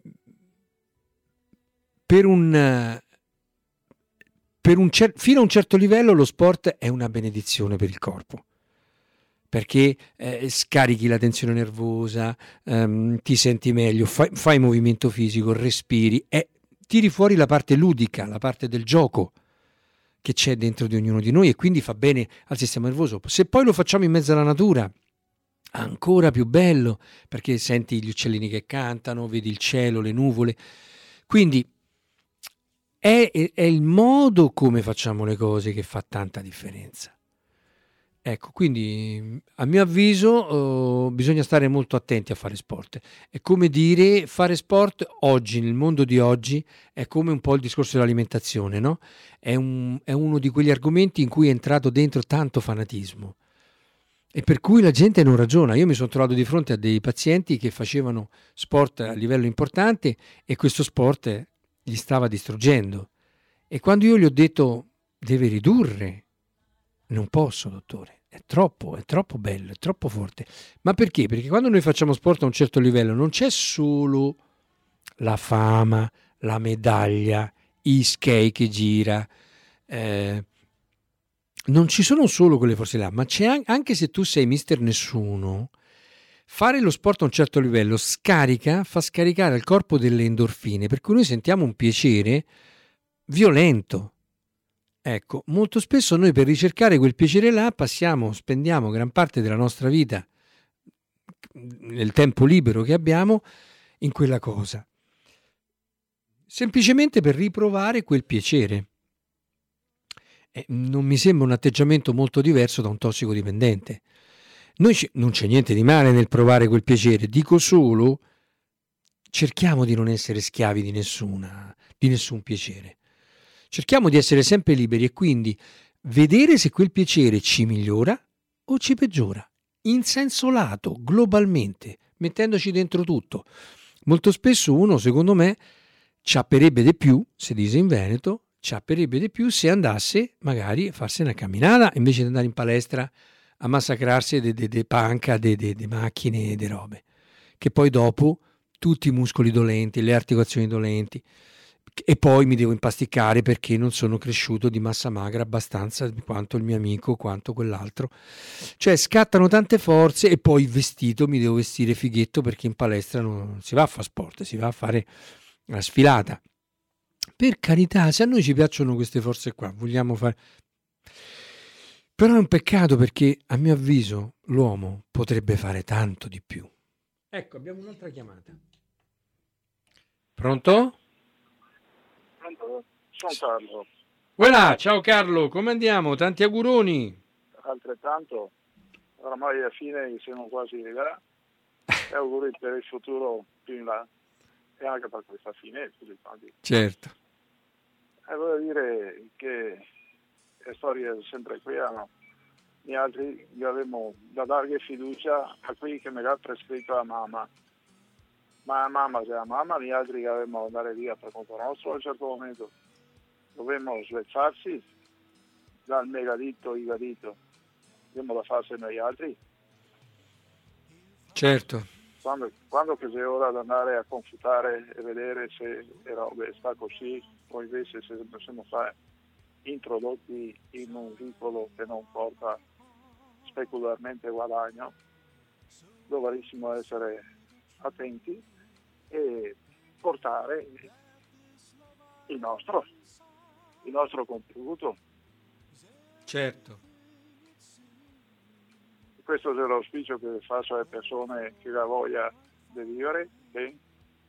a un certo livello lo sport è una benedizione per il corpo, perché scarichi la tensione nervosa, ti senti meglio, fai movimento fisico, respiri e tiri fuori la parte ludica, la parte del gioco che c'è dentro di ognuno di noi, e quindi fa bene al sistema nervoso. Se poi lo facciamo in mezzo alla natura, ancora più bello, perché senti gli uccellini che cantano, vedi il cielo, le nuvole. Quindi è il modo come facciamo le cose che fa tanta differenza. Ecco, quindi a mio avviso bisogna stare molto attenti a fare sport. È come dire, fare sport oggi, nel mondo di oggi, è come un po' il discorso dell'alimentazione, no? È uno di quegli argomenti in cui è entrato dentro tanto fanatismo e per cui la gente non ragiona. Io mi sono trovato di fronte a dei pazienti che facevano sport a livello importante e questo sport gli stava distruggendo. E quando io gli ho detto deve ridurre, non posso, dottore. È troppo bello, è troppo forte. Ma perché? Perché quando noi facciamo sport a un certo livello non c'è solo la fama, la medaglia, Iskei che gira, eh, non ci sono solo quelle forze là, ma c'è anche se tu sei mister nessuno, fare lo sport a un certo livello fa scaricare al corpo delle endorfine, per cui noi sentiamo un piacere violento. Ecco, molto spesso noi per ricercare quel piacere là spendiamo gran parte della nostra vita, nel tempo libero che abbiamo, in quella cosa. Semplicemente per riprovare quel piacere. Non mi sembra un atteggiamento molto diverso da un tossicodipendente. Non c'è niente di male nel provare quel piacere, dico solo cerchiamo di non essere schiavi di nessun piacere. Cerchiamo di essere sempre liberi e quindi vedere se quel piacere ci migliora o ci peggiora, in senso lato, globalmente, mettendoci dentro tutto. Molto spesso uno, secondo me, ciapperebbe di più, si dice in Veneto, ciapperebbe di più se andasse magari a farsi una camminata invece di andare in palestra a massacrarsi de panca, de macchine e de robe. Che poi dopo tutti i muscoli dolenti, le articolazioni dolenti, e poi mi devo impasticare perché non sono cresciuto di massa magra abbastanza quanto il mio amico, quanto quell'altro. Cioè scattano tante forze e poi il vestito, mi devo vestire fighetto perché in palestra non si va a fare sport, si va a fare la sfilata. Per carità, se a noi ci piacciono queste forze qua, vogliamo fare... Però è un peccato perché, a mio avviso, l'uomo potrebbe fare tanto di più. Ecco, abbiamo un'altra chiamata. Pronto? Pronto? Sono Carlo. Voilà, ciao Carlo, come andiamo? Tanti auguroni. Altrettanto, oramai a fine siamo quasi là e auguri per il futuro più in là e anche per questa fine. Certo. Voglio dire che le storie sempre qui hanno, gli altri gli avevamo da dare fiducia a qui che mi ha prescritto la mamma. Ma la mamma, se la mamma, gli altri che avevamo andare via per conto nostro a un certo momento dovevamo svezzarsi dal megaditto, igaditto, abbiamo da farsi noi altri. Certo. Quando che c'è ora di andare a confutare e vedere se sta così o invece se possiamo fare introdotti in un vicolo che non porta specularmente guadagno, dovrissimo essere attenti e portare il nostro contributo. Certo. Questo è l'auspicio che faccio alle persone che ha voglia di vivere bene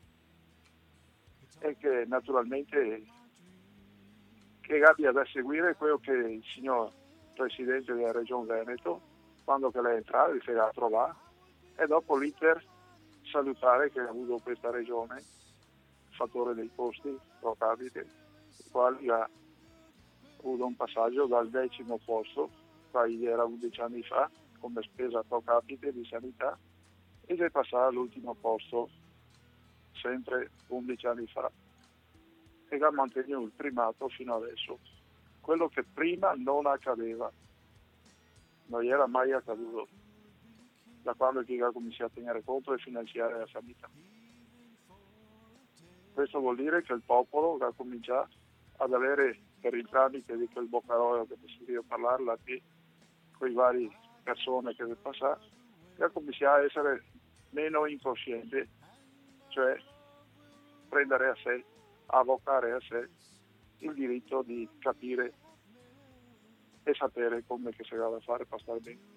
e che naturalmente che abbia da seguire quello che il signor Presidente della Regione Veneto, quando che lei entra, si va a trovare, e dopo l'iter salutare che ha avuto questa regione, fattore dei costi pro capite, i quali ha avuto un passaggio dal 10° posto, poi era 11 anni fa, come spesa pro capite di sanità, ed è passato all'ultimo posto, sempre 11 anni fa, e ha mantenuto il primato fino adesso. Quello che prima non accadeva, non era mai accaduto, da quando che ha cominciato a tenere conto e finanziare la sanità. Questo vuol dire che il popolo ha cominciato ad avere, per il tramite di quel Boccarolo che ti sentivo parlare, là, con i vari persone che deve passare, ha cominciato a essere meno incosciente, cioè prendere a sé, avvocare a sé il diritto di capire e sapere come che si va a fare per stare bene.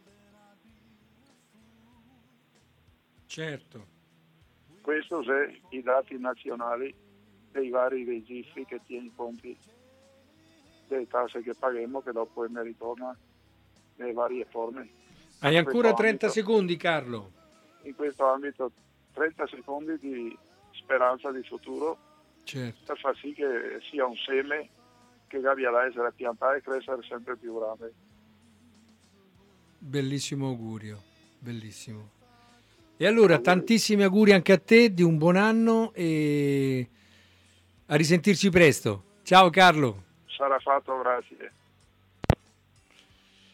Certo. Questo sono i dati nazionali dei vari registri che tieni conti delle tasse che paghiamo, che dopo ne ritorna nelle varie forme. Hai ancora 30 secondi, Carlo. In questo ambito 30 secondi di speranza di futuro, certo, per far sì che sia un seme che abbia da essere piantato e crescere sempre più grande. Bellissimo augurio, bellissimo. E allora tantissimi auguri anche a te, di un buon anno e a risentirci presto. Ciao Carlo. Sarà fatto, grazie.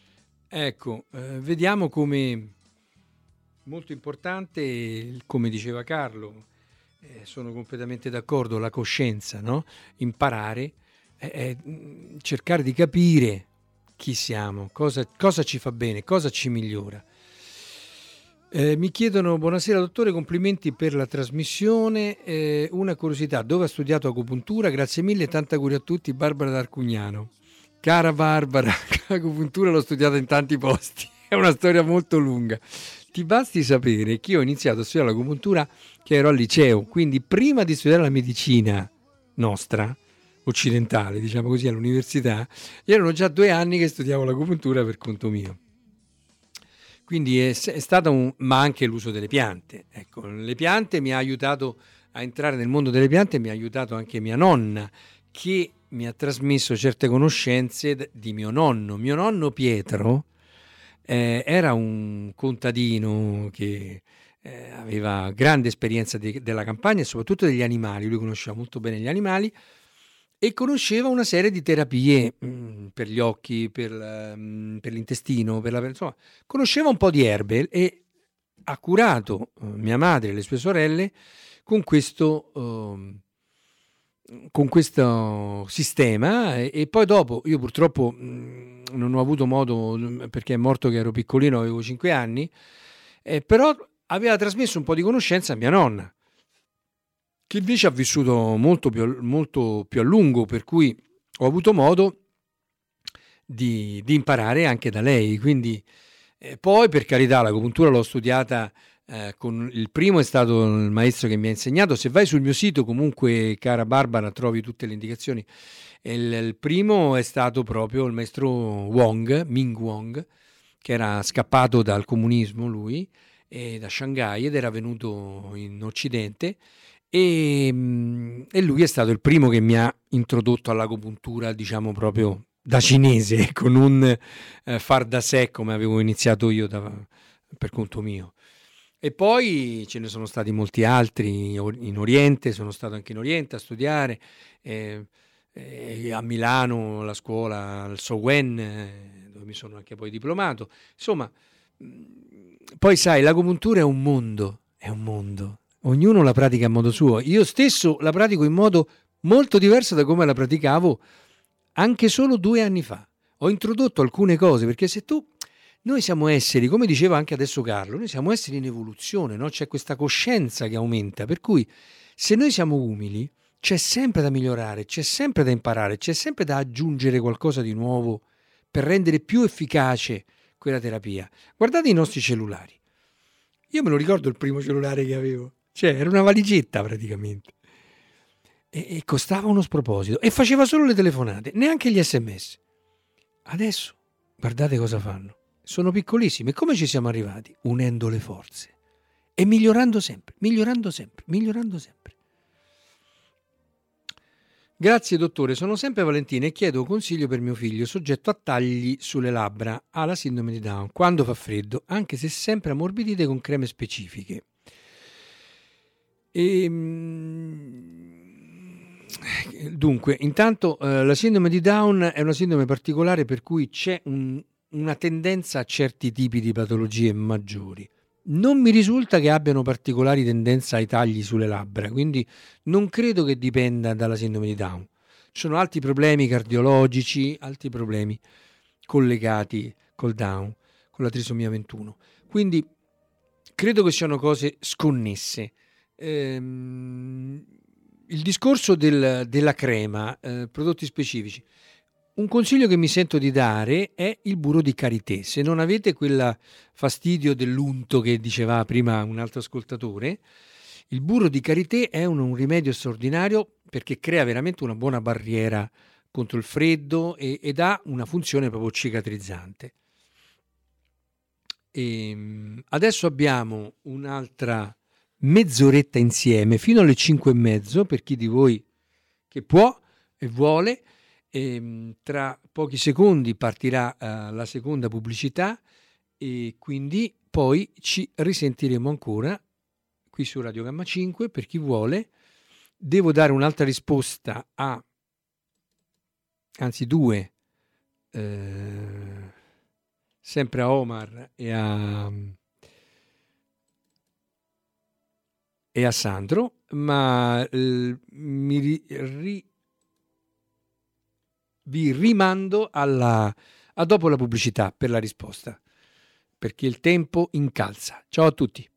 Ecco, vediamo come molto importante, come diceva Carlo, sono completamente d'accordo, la coscienza, no? Imparare, cercare di capire chi siamo, cosa ci fa bene, cosa ci migliora. Mi chiedono: buonasera dottore, complimenti per la trasmissione, una curiosità, dove ha studiato agopuntura? Grazie mille, tanta auguri a tutti, Barbara d'Arcugnano. Cara Barbara, l'agopuntura l'ho studiata in tanti posti, è una storia molto lunga. Ti basti sapere che io ho iniziato a studiare l'agopuntura che ero al liceo, quindi prima di studiare la medicina nostra, occidentale, diciamo così, all'università, erano già 2 anni che studiavo l'agopuntura per conto mio. Quindi è stata ma anche l'uso delle piante. Ecco, le piante mi ha aiutato a entrare nel mondo delle piante, mi ha aiutato anche mia nonna, che mi ha trasmesso certe conoscenze di mio nonno. Mio nonno Pietro era un contadino che aveva grande esperienza della campagna e soprattutto degli animali. Lui conosceva molto bene gli animali e conosceva una serie di terapie per gli occhi, per l'intestino, insomma, conosceva un po' di erbe e ha curato mia madre e le sue sorelle con questo sistema e poi dopo io purtroppo non ho avuto modo, perché è morto che ero piccolino, avevo 5 anni, però aveva trasmesso un po' di conoscenza a mia nonna, che invece ha vissuto molto più a lungo, per cui ho avuto modo di imparare anche da lei. Quindi poi, per carità, l'agopuntura l'ho studiata con il primo è stato il maestro che mi ha insegnato. Se vai sul mio sito, comunque, cara Barbara, trovi tutte le indicazioni. Il primo è stato proprio il maestro Wong, Ming Wong, che era scappato dal comunismo lui, da Shanghai, ed era venuto in Occidente. E lui è stato il primo che mi ha introdotto all'agopuntura, diciamo proprio da cinese, con un far da sé come avevo iniziato io per conto mio. E poi ce ne sono stati molti altri in Oriente, sono stato anche in Oriente a studiare, a Milano la scuola, al Sowen, dove mi sono anche poi diplomato. Insomma, poi sai, l'agopuntura è un mondo. Ognuno la pratica a modo suo. Io stesso la pratico in modo molto diverso da come la praticavo anche solo 2 anni fa. Ho introdotto alcune cose, perché noi siamo esseri, come diceva anche adesso Carlo, noi siamo esseri in evoluzione, no? C'è questa coscienza che aumenta, per cui se noi siamo umili, c'è sempre da migliorare, c'è sempre da imparare, c'è sempre da aggiungere qualcosa di nuovo per rendere più efficace quella terapia. Guardate i nostri cellulari. Io me lo ricordo il primo cellulare che avevo. Cioè, era una valigetta praticamente. E costava uno sproposito. E faceva solo le telefonate, neanche gli SMS. Adesso, guardate cosa fanno. Sono piccolissimi. E come ci siamo arrivati? Unendo le forze. E migliorando sempre. Grazie dottore, sono sempre Valentina e chiedo consiglio per mio figlio, soggetto a tagli sulle labbra, ha la sindrome di Down, quando fa freddo, anche se sempre ammorbidite con creme specifiche. Dunque, intanto la sindrome di Down è una sindrome particolare per cui c'è una tendenza a certi tipi di patologie maggiori. Non mi risulta che abbiano particolari tendenze ai tagli sulle labbra, quindi non credo che dipenda dalla sindrome di Down. Ci sono altri problemi cardiologici, altri problemi collegati col Down, con la trisomia 21. Quindi credo che siano cose sconnesse. Il discorso della crema, prodotti specifici. Un consiglio che mi sento di dare è il burro di karité. Se non avete quel fastidio dell'unto che diceva prima un altro ascoltatore, il burro di karité è un rimedio straordinario perché crea veramente una buona barriera contro il freddo ed ha una funzione proprio cicatrizzante. Adesso abbiamo un'altra mezz'oretta insieme fino alle 5:30 per chi di voi che può e vuole. Tra pochi secondi partirà la seconda pubblicità e quindi poi ci risentiremo ancora qui su Radio Gamma 5 per chi vuole. Devo dare un'altra risposta anzi 2 sempre a Omar e a Sandro, ma vi rimando a dopo la pubblicità per la risposta, perché il tempo incalza. Ciao a tutti.